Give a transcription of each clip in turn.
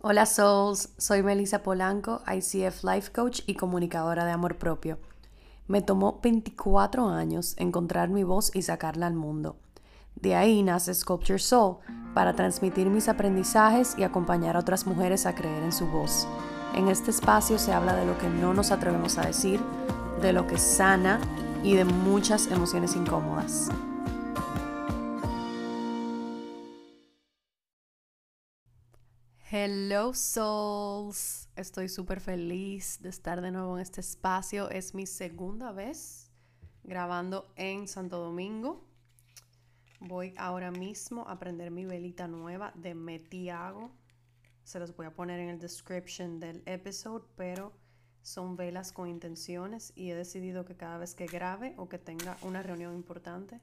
Hola Souls, soy Melissa Polanco, ICF Life Coach y comunicadora de amor propio. Me tomó 24 años encontrar mi voz y sacarla al mundo. De ahí nace Sculpture Soul, para transmitir mis aprendizajes y acompañar a otras mujeres a creer en su voz. En este espacio se habla de lo que no nos atrevemos a decir, de lo que sana y de muchas emociones incómodas. Hello Souls, estoy súper feliz de estar de nuevo en este espacio. Es mi segunda vez grabando en Santo Domingo. Voy ahora mismo a prender mi velita nueva de Metiago. Se los voy a poner en el description del episodio, pero son velas con intenciones y he decidido que cada vez que grabe o que tenga una reunión importante,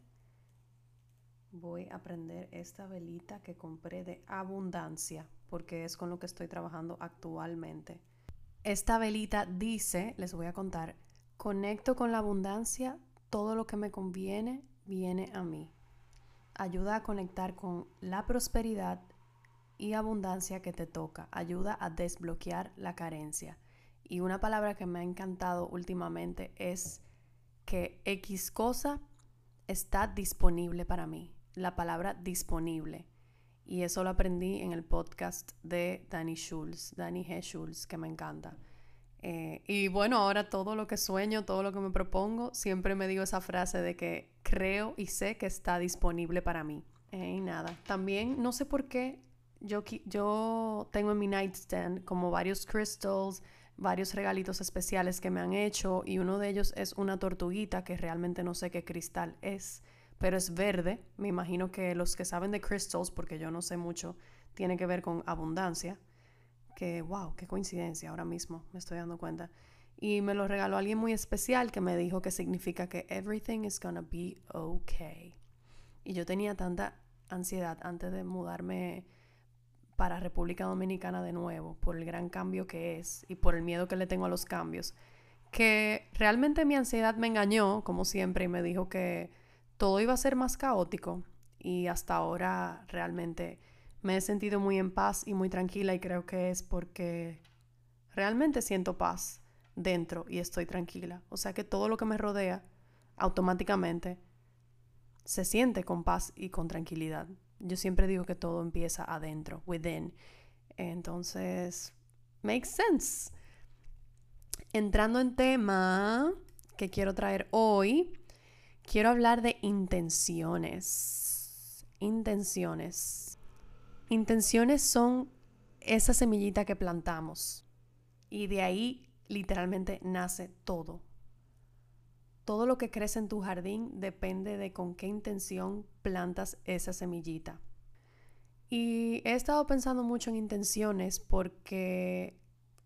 voy a prender esta velita que compré de abundancia, porque es con lo que estoy trabajando actualmente. Esta velita dice, les voy a contar, conecto con la abundancia, todo lo que me conviene viene a mí. Ayuda a conectar con la prosperidad y abundancia que te toca. Ayuda a desbloquear la carencia. Y una palabra que me ha encantado últimamente es que X cosa está disponible para mí. La palabra disponible. Y eso lo aprendí en el podcast de Dani G. Schulz, que me encanta. Y bueno, ahora todo lo que sueño, todo lo que me propongo, siempre me digo esa frase de que creo y sé que está disponible para mí. Y nada, también no sé por qué yo tengo en mi nightstand como varios crystals, varios regalitos especiales que me han hecho, y uno de ellos es una tortuguita que realmente no sé qué cristal es, pero es verde. Me imagino que los que saben de crystals, porque yo no sé mucho, tiene que ver con abundancia. Que wow, qué coincidencia, ahora mismo me estoy dando cuenta. Y me lo regaló alguien muy especial que me dijo que significa que everything is gonna be okay. Y yo tenía tanta ansiedad antes de mudarme para República Dominicana de nuevo, por el gran cambio que es y por el miedo que le tengo a los cambios, que realmente mi ansiedad me engañó, como siempre, y me dijo que todo iba a ser más caótico. Y hasta ahora realmente me he sentido muy en paz y muy tranquila, y creo que es porque realmente siento paz dentro y estoy tranquila. O sea que todo lo que me rodea automáticamente se siente con paz y con tranquilidad. Yo siempre digo que todo empieza adentro, within. Entonces, makes sense. Entrando en tema que quiero traer hoy, quiero hablar de intenciones. Intenciones. Intenciones son esa semillita que plantamos, y de ahí literalmente nace todo. Todo lo que crece en tu jardín depende de con qué intención plantas esa semillita. Y he estado pensando mucho en intenciones porque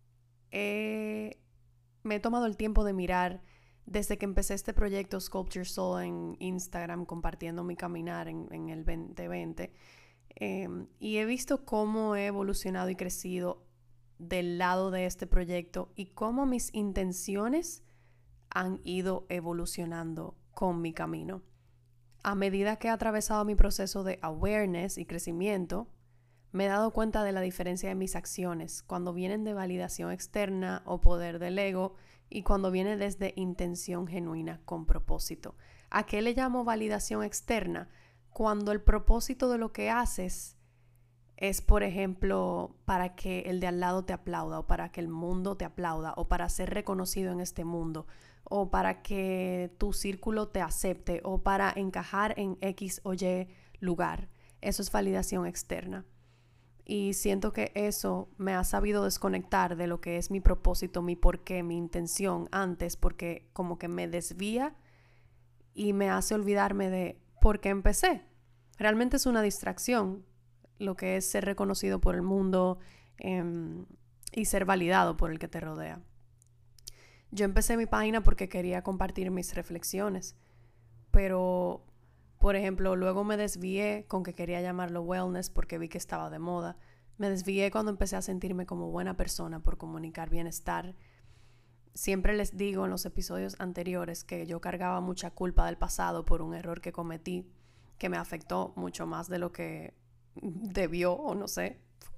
me he tomado el tiempo de mirar desde que empecé este proyecto Sculpture Soul en Instagram, compartiendo mi caminar en el 2020. Y he visto cómo he evolucionado y crecido del lado de este proyecto y cómo mis intenciones han ido evolucionando con mi camino. A medida que he atravesado mi proceso de awareness y crecimiento, me he dado cuenta de la diferencia de mis acciones cuando vienen de validación externa o poder del ego, y cuando viene desde intención genuina con propósito. ¿A qué le llamo validación externa? Cuando el propósito de lo que haces es, por ejemplo, para que el de al lado te aplauda, o para que el mundo te aplauda, o para ser reconocido en este mundo, o para que tu círculo te acepte, o para encajar en X o Y lugar. Eso es validación externa. Y siento que eso me ha sabido desconectar de lo que es mi propósito, mi porqué, mi intención antes, porque como que me desvía y me hace olvidarme de por qué empecé. Realmente es una distracción lo que es ser reconocido por el mundo, y ser validado por el que te rodea. Yo empecé mi página porque quería compartir mis reflexiones, pero, por ejemplo, luego me desvié con que quería llamarlo wellness porque vi que estaba de moda. Me desvié cuando empecé a sentirme como buena persona por comunicar bienestar. Siempre les digo en los episodios anteriores que yo cargaba mucha culpa del pasado por un error que cometí, que me afectó mucho más de lo que debió, o no sé,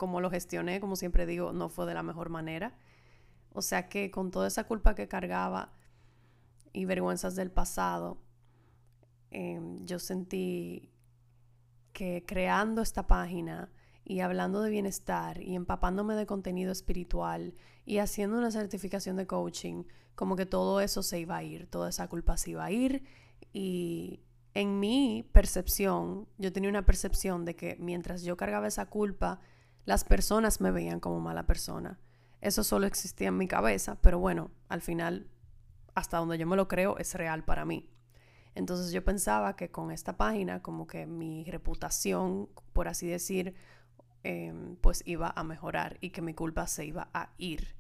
como lo gestioné, como siempre digo, no fue de la mejor manera. O sea que con toda esa culpa que cargaba y vergüenzas del pasado, yo sentí que creando esta página y hablando de bienestar y empapándome de contenido espiritual y haciendo una certificación de coaching, como que todo eso se iba a ir, toda esa culpa se iba a ir. Y en mi percepción, yo tenía una percepción de que mientras yo cargaba esa culpa, las personas me veían como mala persona. Eso solo existía en mi cabeza, pero bueno, al final, hasta donde yo me lo creo, es real para mí. Entonces yo pensaba que con esta página como que mi reputación, por así decir, pues iba a mejorar y que mi culpa se iba a ir.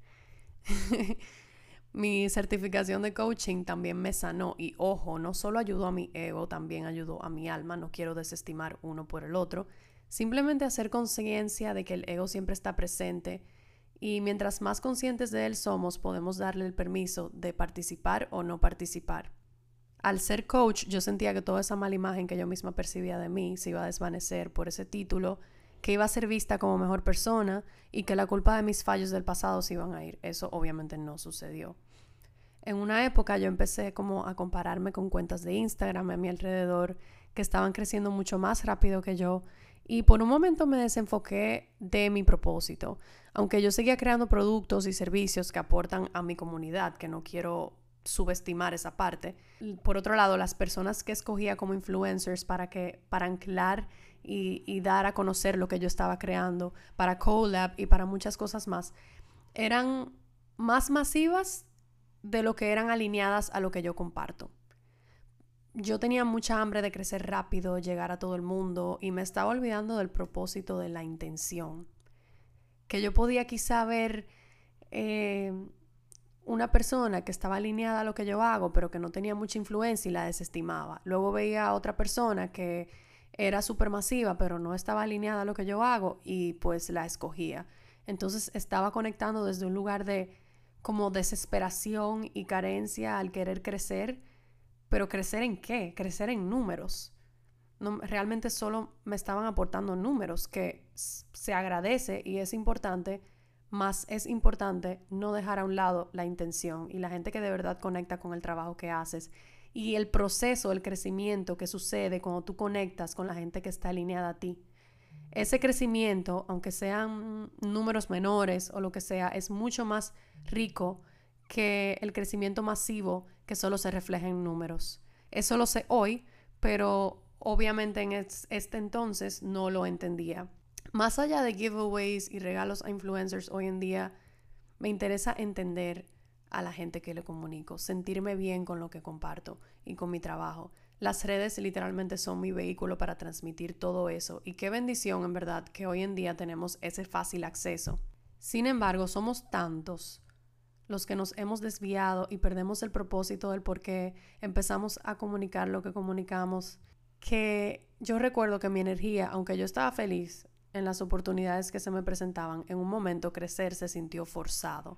Mi certificación de coaching también me sanó y ojo, no solo ayudó a mi ego, también ayudó a mi alma. No quiero desestimar uno por el otro. Simplemente hacer conciencia de que el ego siempre está presente y mientras más conscientes de él somos, podemos darle el permiso de participar o no participar. Al ser coach, yo sentía que toda esa mala imagen que yo misma percibía de mí se iba a desvanecer por ese título, que iba a ser vista como mejor persona y que la culpa de mis fallos del pasado se iban a ir. Eso obviamente no sucedió. En una época yo empecé como a compararme con cuentas de Instagram a mi alrededor que estaban creciendo mucho más rápido que yo y por un momento me desenfoqué de mi propósito. Aunque yo seguía creando productos y servicios que aportan a mi comunidad, que no quiero subestimar esa parte. Por otro lado, las personas que escogía como influencers para anclar y dar a conocer lo que yo estaba creando, para collab y para muchas cosas más, eran más masivas de lo que eran alineadas a lo que yo comparto. Yo tenía mucha hambre de crecer rápido, llegar a todo el mundo y me estaba olvidando del propósito, de la intención. Que yo podía quizá ver una persona que estaba alineada a lo que yo hago, pero que no tenía mucha influencia y la desestimaba. Luego veía a otra persona que era súper masiva, pero no estaba alineada a lo que yo hago y pues la escogía. Entonces estaba conectando desde un lugar de como desesperación y carencia al querer crecer, pero ¿crecer en qué? Crecer en números. No, realmente solo me estaban aportando números, que se agradece y es importante, más es importante no dejar a un lado la intención y la gente que de verdad conecta con el trabajo que haces y el proceso, el crecimiento que sucede cuando tú conectas con la gente que está alineada a ti. Ese crecimiento, aunque sean números menores o lo que sea, es mucho más rico que el crecimiento masivo que solo se refleja en números. Eso lo sé hoy, pero obviamente en este entonces no lo entendía. Más allá de giveaways y regalos a influencers hoy en día, me interesa entender a la gente que le comunico, sentirme bien con lo que comparto y con mi trabajo. Las redes literalmente son mi vehículo para transmitir todo eso y qué bendición en verdad que hoy en día tenemos ese fácil acceso. Sin embargo, somos tantos los que nos hemos desviado y perdemos el propósito del por qué empezamos a comunicar lo que comunicamos, que yo recuerdo que mi energía, aunque yo estaba feliz en las oportunidades que se me presentaban, en un momento crecer se sintió forzado.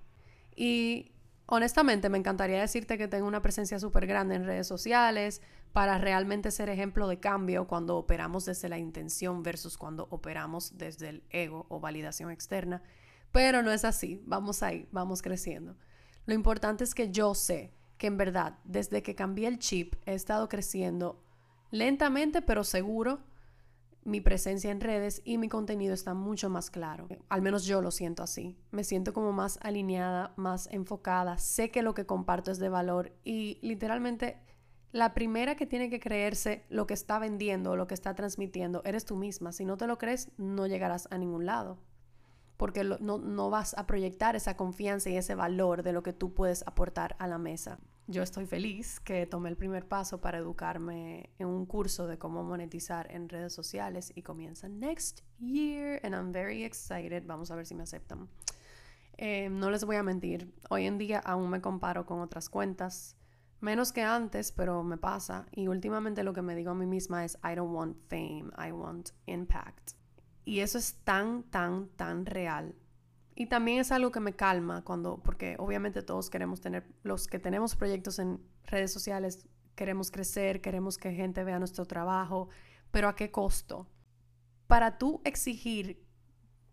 Y honestamente me encantaría decirte que tengo una presencia súper grande en redes sociales para realmente ser ejemplo de cambio cuando operamos desde la intención versus cuando operamos desde el ego o validación externa. Pero no es así, vamos ahí, vamos creciendo. Lo importante es que yo sé que en verdad, desde que cambié el chip, he estado creciendo lentamente pero seguro. Mi presencia en redes y mi contenido está mucho más claro. Al menos yo lo siento así. Me siento como más alineada, más enfocada. Sé que lo que comparto es de valor y literalmente la primera que tiene que creerse lo que está vendiendo, lo que está transmitiendo, eres tú misma. Si no te lo crees, no llegarás a ningún lado. Porque no vas a proyectar esa confianza y ese valor de lo que tú puedes aportar a la mesa. Yo estoy feliz que tomé el primer paso para educarme en un curso de cómo monetizar en redes sociales y comienza next year and I'm very excited. Vamos a ver si me aceptan. No les voy a mentir, hoy en día aún me comparo con otras cuentas, menos que antes, pero me pasa. Y últimamente lo que me digo a mí misma es I don't want fame, I want impact. Y eso es tan, tan, tan real. Y también es algo que me calma porque obviamente todos queremos tener, los que tenemos proyectos en redes sociales, queremos crecer, queremos que gente vea nuestro trabajo, pero ¿a qué costo? Para tú exigir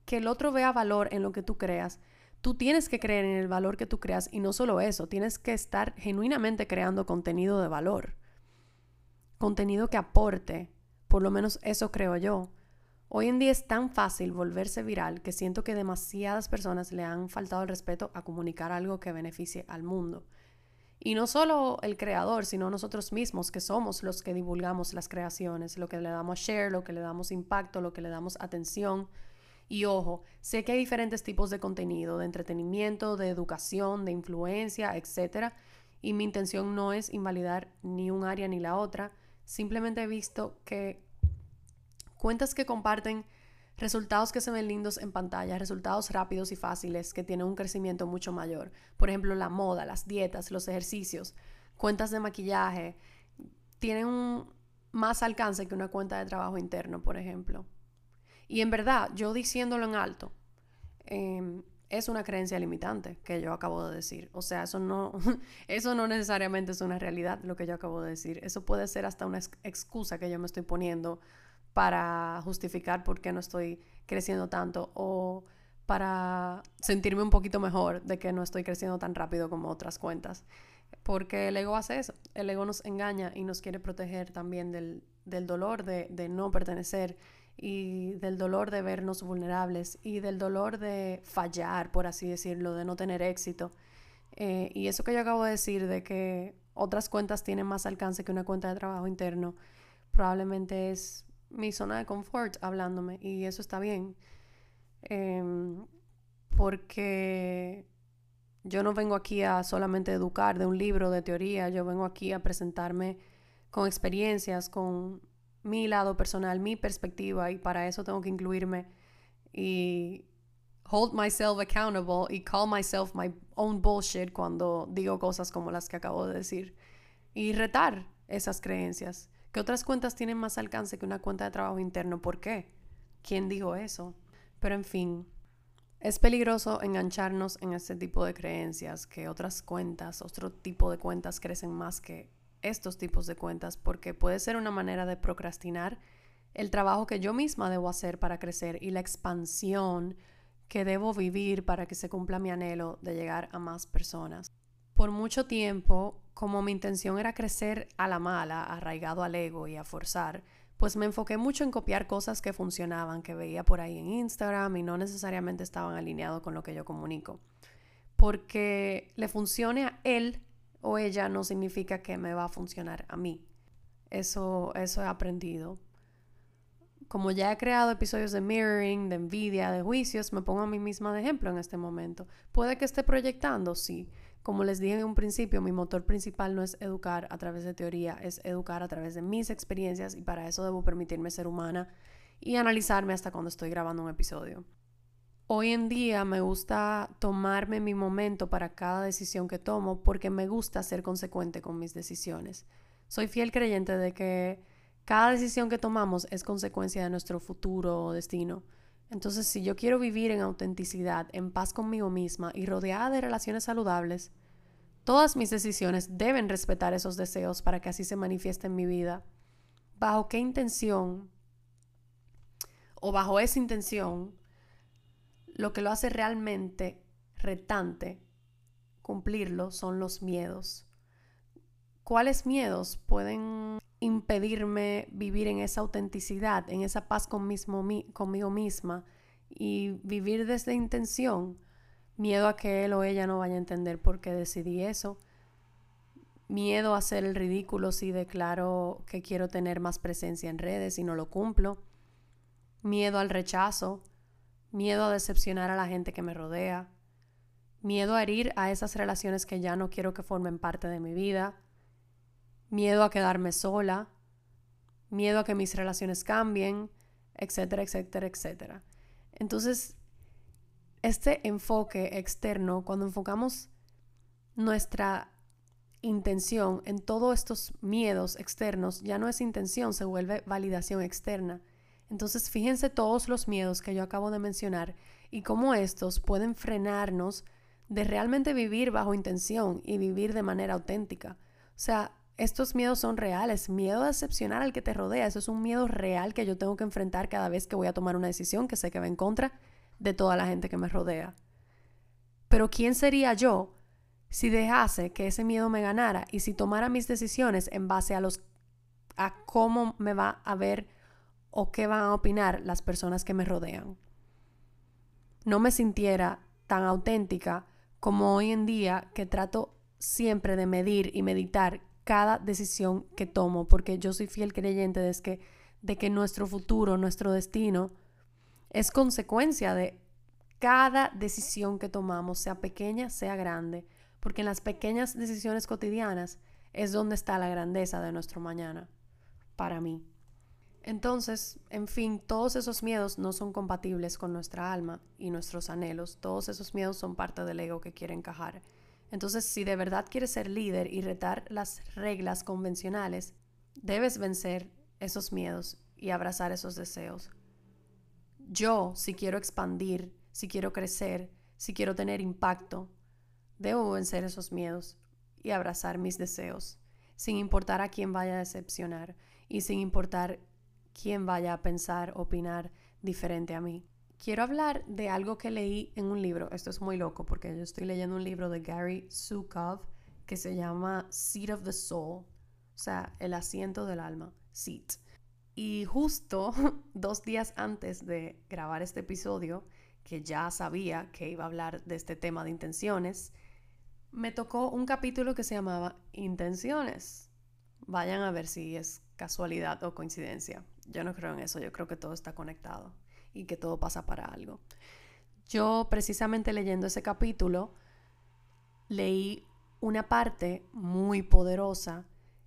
que el otro vea valor en lo que tú creas, tú tienes que creer en el valor que tú creas y no solo eso, tienes que estar genuinamente creando contenido de valor, contenido que aporte, por lo menos eso creo yo. Hoy en día es tan fácil volverse viral que siento que demasiadas personas le han faltado el respeto a comunicar algo que beneficie al mundo. Y no solo el creador, sino nosotros mismos, que somos los que divulgamos las creaciones, lo que le damos share, lo que le damos impacto, lo que le damos atención. Y ojo, sé que hay diferentes tipos de contenido, de entretenimiento, de educación, de influencia, etc. Y mi intención no es invalidar ni un área ni la otra. Simplemente he visto que cuentas que comparten resultados que se ven lindos en pantalla, resultados rápidos y fáciles que tienen un crecimiento mucho mayor. Por ejemplo, la moda, las dietas, los ejercicios, cuentas de maquillaje, tienen más alcance que una cuenta de trabajo interno, por ejemplo. Y en verdad, yo diciéndolo en alto, es una creencia limitante que yo acabo de decir. O sea, eso no necesariamente es una realidad lo que yo acabo de decir. Eso puede ser hasta una excusa que yo me estoy poniendo para justificar por qué no estoy creciendo tanto o para sentirme un poquito mejor de que no estoy creciendo tan rápido como otras cuentas. Porque el ego hace eso. El ego nos engaña y nos quiere proteger también del dolor de no pertenecer y del dolor de vernos vulnerables y del dolor de fallar, por así decirlo, de no tener éxito. Y eso que yo acabo de decir de que otras cuentas tienen más alcance que una cuenta de trabajo interno, probablemente es mi zona de confort hablándome, y eso está bien, porque yo no vengo aquí a solamente educar de un libro de teoría, yo vengo aquí a presentarme con experiencias, con mi lado personal, mi perspectiva, y para eso tengo que incluirme y hold myself accountable y call myself my own bullshit cuando digo cosas como las que acabo de decir y retar esas creencias. ¿Que otras cuentas tienen más alcance que una cuenta de trabajo interno? ¿Por qué? ¿Quién dijo eso? Pero en fin, es peligroso engancharnos en este tipo de creencias, que otras cuentas, otro tipo de cuentas crecen más que estos tipos de cuentas, porque puede ser una manera de procrastinar el trabajo que yo misma debo hacer para crecer y la expansión que debo vivir para que se cumpla mi anhelo de llegar a más personas. Por mucho tiempo, como mi intención era crecer a la mala, arraigado al ego y a forzar, pues me enfoqué mucho en copiar cosas que funcionaban, que veía por ahí en Instagram y no necesariamente estaban alineados con lo que yo comunico. Porque le funcione a él o ella no significa que me va a funcionar a mí. Eso he aprendido. Como ya he creado episodios de mirroring, de envidia, de juicios, me pongo a mí misma de ejemplo en este momento. ¿Puede que esté proyectando? Sí. Como les dije en un principio, mi motor principal no es educar a través de teoría, es educar a través de mis experiencias, y para eso debo permitirme ser humana y analizarme hasta cuando estoy grabando un episodio. Hoy en día me gusta tomarme mi momento para cada decisión que tomo porque me gusta ser consecuente con mis decisiones. Soy fiel creyente de que cada decisión que tomamos es consecuencia de nuestro futuro o destino. Entonces, si yo quiero vivir en autenticidad, en paz conmigo misma y rodeada de relaciones saludables, todas mis decisiones deben respetar esos deseos para que así se manifieste en mi vida. ¿Bajo qué intención o bajo esa intención? Lo que lo hace realmente retante cumplirlo son los miedos. ¿Cuáles miedos pueden impedirme vivir en esa autenticidad, en esa paz conmigo misma y vivir desde intención? Miedo a que él o ella no vaya a entender por qué decidí eso. Miedo a hacer el ridículo si declaro que quiero tener más presencia en redes y no lo cumplo. Miedo al rechazo. Miedo a decepcionar a la gente que me rodea. Miedo a herir a esas relaciones que ya no quiero que formen parte de mi vida. Miedo a quedarme sola. Miedo a que mis relaciones cambien, etcétera, etcétera, etcétera. Entonces, este enfoque externo, cuando enfocamos nuestra intención en todos estos miedos externos, ya no es intención, se vuelve validación externa. Entonces, fíjense todos los miedos que yo acabo de mencionar y cómo estos pueden frenarnos de realmente vivir bajo intención y vivir de manera auténtica. O sea, estos miedos son reales. Miedo a decepcionar al que te rodea, eso es un miedo real que yo tengo que enfrentar cada vez que voy a tomar una decisión que sé que va en contra de toda la gente que me rodea. Pero ¿quién sería yo si dejase que ese miedo me ganara y si tomara mis decisiones en base a cómo me va a ver o qué van a opinar las personas que me rodean? No me sintiera tan auténtica como hoy en día, que trato siempre de medir y meditar cada decisión que tomo, porque yo soy fiel creyente de que nuestro futuro, nuestro destino, es consecuencia de cada decisión que tomamos, sea pequeña, sea grande, porque en las pequeñas decisiones cotidianas es donde está la grandeza de nuestro mañana, para mí. Entonces, en fin, todos esos miedos no son compatibles con nuestra alma y nuestros anhelos. Todos esos miedos son parte del ego que quiere encajar. Entonces, si de verdad quieres ser líder y retar las reglas convencionales, debes vencer esos miedos y abrazar esos deseos. Yo, si quiero expandir, si quiero crecer, si quiero tener impacto, debo vencer esos miedos y abrazar mis deseos, sin importar a quién vaya a decepcionar y sin importar quién vaya a pensar, opinar diferente a mí. Quiero hablar de algo que leí en un libro. Esto es muy loco porque yo estoy leyendo un libro de Gary Zukav que se llama Seat of the Soul, o sea, el asiento del alma, seat. Y justo 2 días antes de grabar este episodio, que ya sabía que iba a hablar de este tema de intenciones, me tocó un capítulo que se llamaba Intenciones. Vayan a ver si es casualidad o coincidencia. Yo no creo en eso, yo creo que todo está conectado y que todo pasa para algo. Yo, precisamente leyendo ese capítulo, leí una parte muy poderosa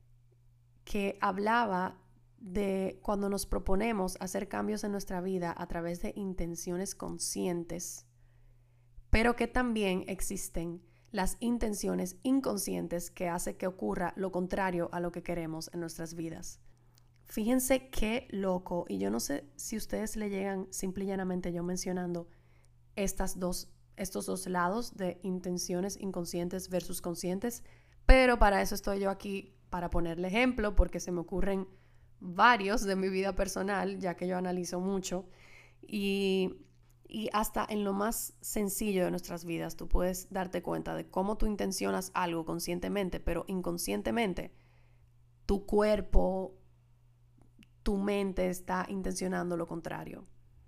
que hablaba de cuando nos proponemos hacer cambios en nuestra vida a través de intenciones conscientes, pero que también existen las intenciones inconscientes que hacen que ocurra lo contrario a lo que queremos en nuestras vidas. Fíjense qué loco, y yo no sé si ustedes le llegan simple y llanamente yo mencionando estos dos lados de intenciones inconscientes versus conscientes, pero para eso estoy yo aquí, para ponerle ejemplo, porque se me ocurren varios de mi vida personal, ya que yo analizo mucho, y hasta en lo más sencillo de nuestras vidas tú puedes darte cuenta de cómo tú intencionas algo conscientemente, pero inconscientemente tu cuerpo, tu mente está intencionando lo contrario.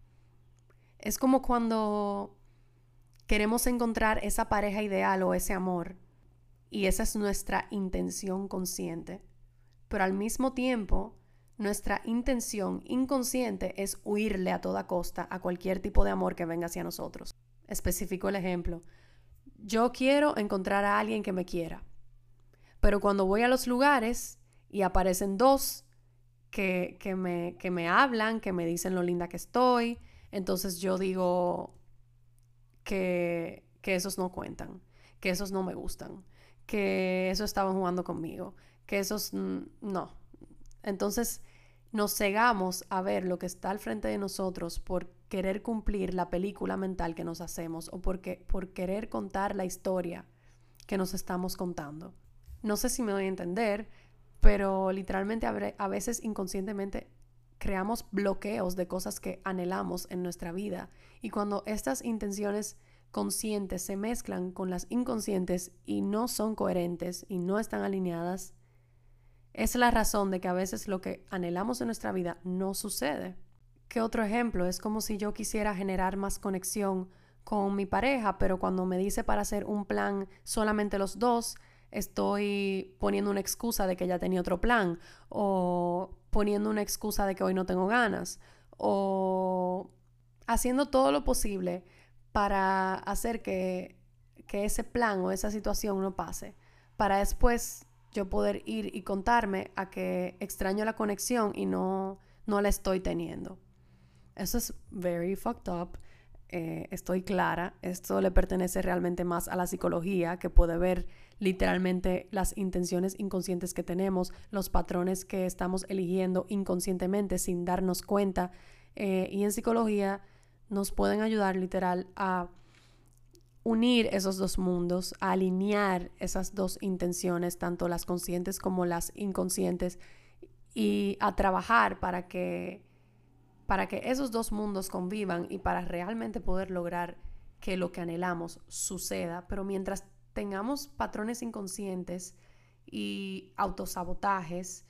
Es como cuando queremos encontrar esa pareja ideal o ese amor, y esa es nuestra intención consciente, pero al mismo tiempo nuestra intención inconsciente es huirle a toda costa a cualquier tipo de amor que venga hacia nosotros. Especifico el ejemplo. Yo quiero encontrar a alguien que me quiera, pero cuando voy a los lugares y aparecen dos que me hablan, que me dicen lo linda que estoy, entonces yo digo que esos no cuentan, que esos no me gustan, que esos estaban jugando conmigo, que esos no. Entonces nos cegamos a ver lo que está al frente de nosotros por querer cumplir la película mental que nos hacemos o por querer contar la historia que nos estamos contando. No sé si me doy a entender, pero literalmente a veces inconscientemente creamos bloqueos de cosas que anhelamos en nuestra vida, y cuando estas intenciones conscientes se mezclan con las inconscientes y no son coherentes y no están alineadas, es la razón de que a veces lo que anhelamos en nuestra vida no sucede. ¿Qué otro ejemplo? Es como si yo quisiera generar más conexión con mi pareja, pero cuando me dice para hacer un plan solamente los dos, estoy poniendo una excusa de que ya tenía otro plan, o poniendo una excusa de que hoy no tengo ganas, o haciendo todo lo posible para hacer que ese plan o esa situación no pase, para después yo poder ir y contarme a que extraño la conexión y no la estoy teniendo. Eso es very fucked up. Estoy clara. Esto le pertenece realmente más a la psicología, que puede ver literalmente las intenciones inconscientes que tenemos, los patrones que estamos eligiendo inconscientemente sin darnos cuenta. Y en psicología nos pueden ayudar literal a unir esos dos mundos, a alinear esas dos intenciones, tanto las conscientes como las inconscientes, y a trabajar para que para que esos dos mundos convivan y para realmente poder lograr que lo que anhelamos suceda. Pero mientras tengamos patrones inconscientes y autosabotajes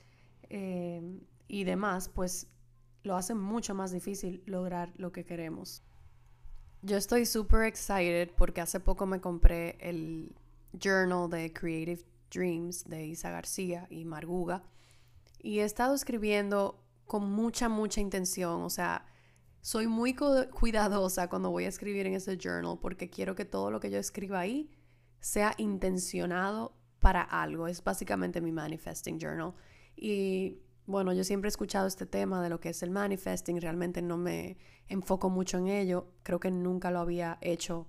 y demás, pues lo hace mucho más difícil lograr lo que queremos. Yo estoy súper excited porque hace poco me compré el journal de Creative Dreams de Isa García y Marguga y he estado escribiendo con mucha intención. O sea, soy muy cuidadosa cuando voy a escribir en ese journal porque quiero que todo lo que yo escriba ahí sea intencionado para algo. Es básicamente mi manifesting journal. Y bueno, yo siempre he escuchado este tema de lo que es el manifesting. Realmente no me enfoco mucho en ello. Creo que nunca lo había hecho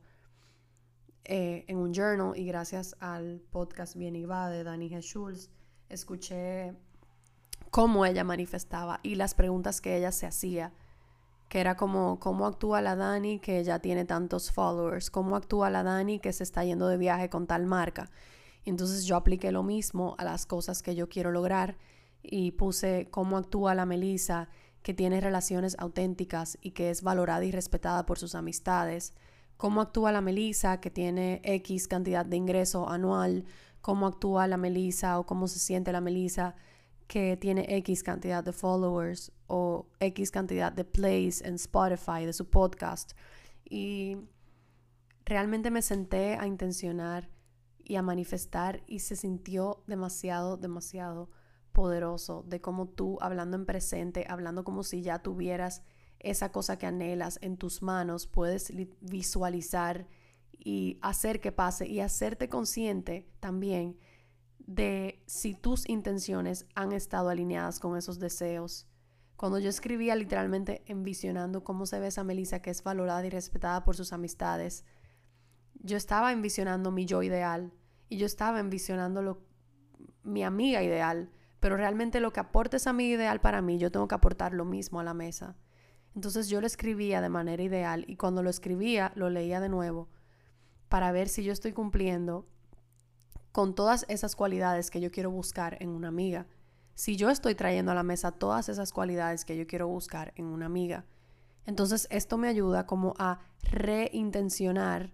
en un journal. Y gracias al podcast Bien y Va de Dani G. Schultz, escuché cómo ella manifestaba y las preguntas que ella se hacía, que era como, ¿cómo actúa la Dani que ya tiene tantos followers? ¿Cómo actúa la Dani que se está yendo de viaje con tal marca? Entonces yo apliqué lo mismo a las cosas que yo quiero lograr y puse cómo actúa la Melissa que tiene relaciones auténticas y que es valorada y respetada por sus amistades. Cómo actúa la Melissa que tiene X cantidad de ingreso anual. Cómo actúa la Melissa o cómo se siente la Melissa que tiene X cantidad de followers o X cantidad de plays en Spotify de su podcast. Y realmente me senté a intencionar y a manifestar y se sintió demasiado poderoso de cómo tú, hablando en presente, hablando como si ya tuvieras esa cosa que anhelas en tus manos, puedes visualizar y hacer que pase y hacerte consciente también de si tus intenciones han estado alineadas con esos deseos. Cuando yo escribía literalmente envisionando cómo se ve esa Melissa que es valorada y respetada por sus amistades, yo estaba envisionando mi yo ideal y yo estaba envisionando mi amiga ideal, pero realmente lo que aporta esa amiga ideal para mí, yo tengo que aportar lo mismo a la mesa. Entonces yo lo escribía de manera ideal y cuando lo escribía lo leía de nuevo para ver si yo estoy cumpliendo con todas esas cualidades que yo quiero buscar en una amiga. Si yo estoy trayendo a la mesa todas esas cualidades que yo quiero buscar en una amiga. Entonces esto me ayuda como a reintencionar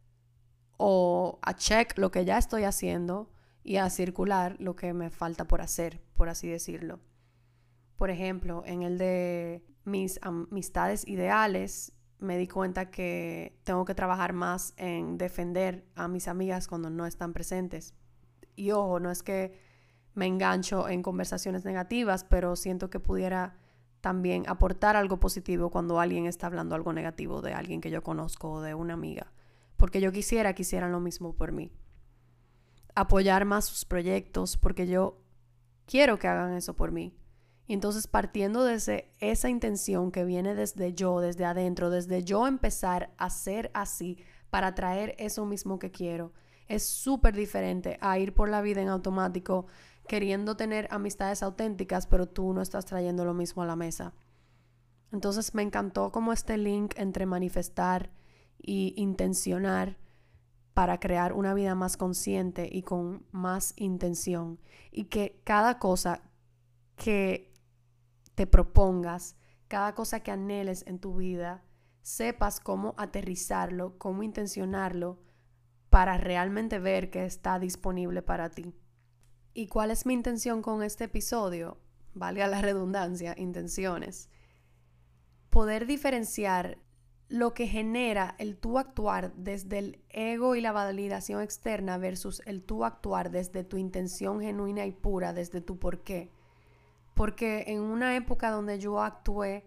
o a check lo que ya estoy haciendo y a circular lo que me falta por hacer, por así decirlo. Por ejemplo, en el de mis amistades ideales, me di cuenta que tengo que trabajar más en defender a mis amigas cuando no están presentes. Y ojo, no es que me engancho en conversaciones negativas, pero siento que pudiera también aportar algo positivo cuando alguien está hablando algo negativo de alguien que yo conozco o de una amiga. Porque yo quisiera que hicieran lo mismo por mí. Apoyar más sus proyectos porque yo quiero que hagan eso por mí. Y entonces partiendo desde esa intención que viene desde yo, desde adentro, desde yo empezar a ser así para traer eso mismo que quiero, es súper diferente a ir por la vida en automático queriendo tener amistades auténticas, pero tú no estás trayendo lo mismo a la mesa. Entonces me encantó como este link entre manifestar y intencionar para crear una vida más consciente y con más intención. Y que cada cosa que te propongas, cada cosa que anheles en tu vida, sepas cómo aterrizarlo, cómo intencionarlo para realmente ver que está disponible para ti. ¿Y cuál es mi intención con este episodio? Valga la redundancia, intenciones. Poder diferenciar lo que genera el tú actuar desde el ego y la validación externa versus el tú actuar desde tu intención genuina y pura, desde tu porqué. Porque en una época donde yo actué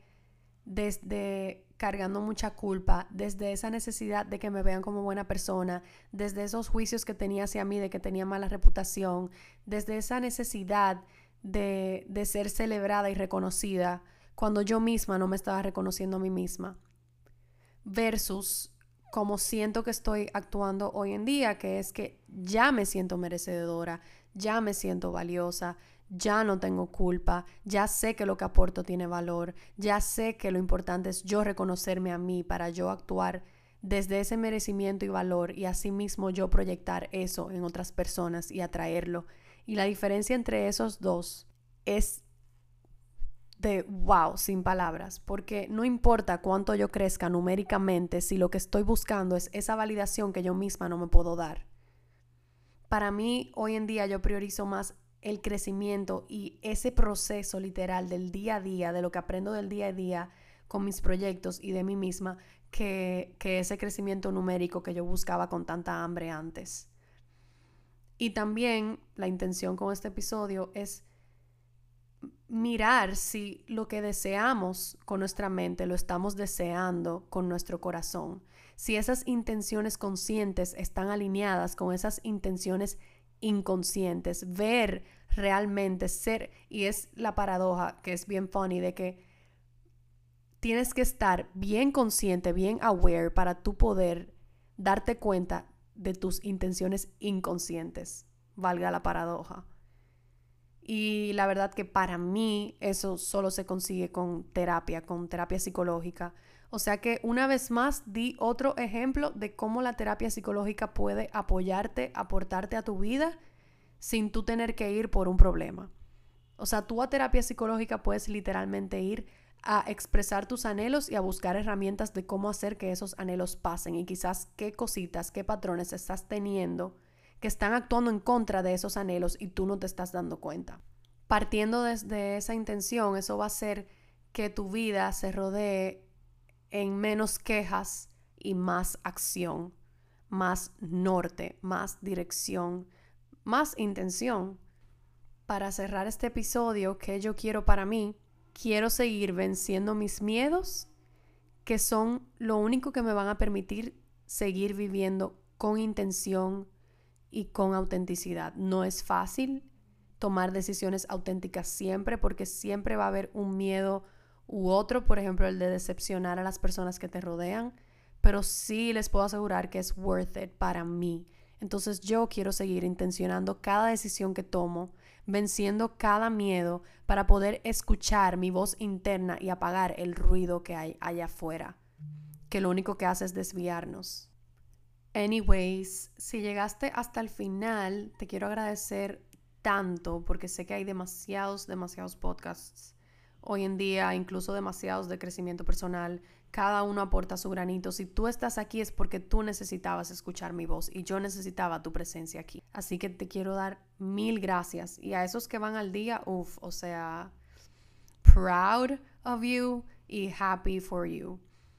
desde cargando mucha culpa, desde esa necesidad de que me vean como buena persona, desde esos juicios que tenía hacia mí de que tenía mala reputación, desde esa necesidad de ser celebrada y reconocida cuando yo misma no me estaba reconociendo a mí misma, versus como siento que estoy actuando hoy en día, que es que ya me siento merecedora, ya me siento valiosa, ya no tengo culpa, ya sé que lo que aporto tiene valor, ya sé que lo importante es yo reconocerme a mí para yo actuar desde ese merecimiento y valor y asimismo yo proyectar eso en otras personas y atraerlo. Y la diferencia entre esos dos es de wow, sin palabras, porque no importa cuánto yo crezca numéricamente si lo que estoy buscando es esa validación que yo misma no me puedo dar. Para mí, hoy en día yo priorizo más el crecimiento y ese proceso literal del día a día, de lo que aprendo del día a día con mis proyectos y de mí misma, que ese crecimiento numérico que yo buscaba con tanta hambre antes. Y también la intención con este episodio es mirar si lo que deseamos con nuestra mente lo estamos deseando con nuestro corazón. Si esas intenciones conscientes están alineadas con esas intenciones inconscientes, ver realmente ser, y es la paradoja que es bien funny de que tienes que estar bien consciente, bien aware para tú poder darte cuenta de tus intenciones inconscientes, valga la paradoja. Y la verdad que para mí eso solo se consigue con terapia psicológica. O sea que una vez más di otro ejemplo de cómo la terapia psicológica puede apoyarte, aportarte a tu vida sin tú tener que ir por un problema. O sea, tú a terapia psicológica puedes literalmente ir a expresar tus anhelos y a buscar herramientas de cómo hacer que esos anhelos pasen y quizás qué cositas, qué patrones estás teniendo que están actuando en contra de esos anhelos y tú no te estás dando cuenta. Partiendo desde esa intención, eso va a hacer que tu vida se rodee en menos quejas y más acción, más norte, más dirección, más intención. Para cerrar este episodio, ¿qué yo quiero para mí? Quiero seguir venciendo mis miedos, que son lo único que me van a permitir seguir viviendo con intención y con autenticidad. No es fácil tomar decisiones auténticas siempre, porque siempre va a haber un miedo u otro, por ejemplo, el de decepcionar a las personas que te rodean, pero sí les puedo asegurar que es worth it para mí. Entonces yo quiero seguir intencionando cada decisión que tomo, venciendo cada miedo para poder escuchar mi voz interna y apagar el ruido que hay allá afuera, que lo único que hace es desviarnos. Anyways, si llegaste hasta el final, te quiero agradecer tanto porque sé que hay demasiados podcasts hoy en día, incluso demasiados de crecimiento personal. Cada uno aporta su granito. Si tú estás aquí es porque tú necesitabas escuchar mi voz y yo necesitaba tu presencia aquí. Así que te quiero dar 1000 gracias. Y a esos que van al día, o sea, proud of you y happy for you.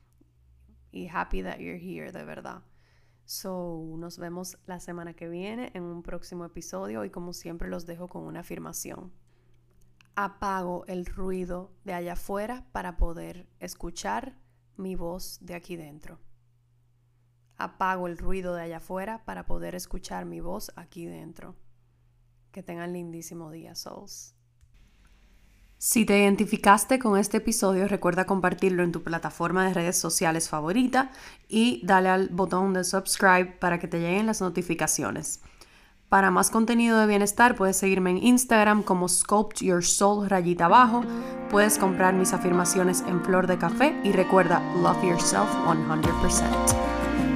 Y happy that you're here, de verdad. So, nos vemos la semana que viene en un próximo episodio y como siempre los dejo con una afirmación. Apago el ruido de allá afuera para poder escuchar mi voz de aquí dentro. Apago el ruido de allá afuera para poder escuchar mi voz aquí dentro. Que tengan lindísimo día, souls. Si te identificaste con este episodio, recuerda compartirlo en tu plataforma de redes sociales favorita y dale al botón de subscribe para que te lleguen las notificaciones. Para más contenido de bienestar, puedes seguirme en Instagram como SculptYourSoul _. Puedes comprar mis afirmaciones en flor de café y recuerda, love yourself 100%.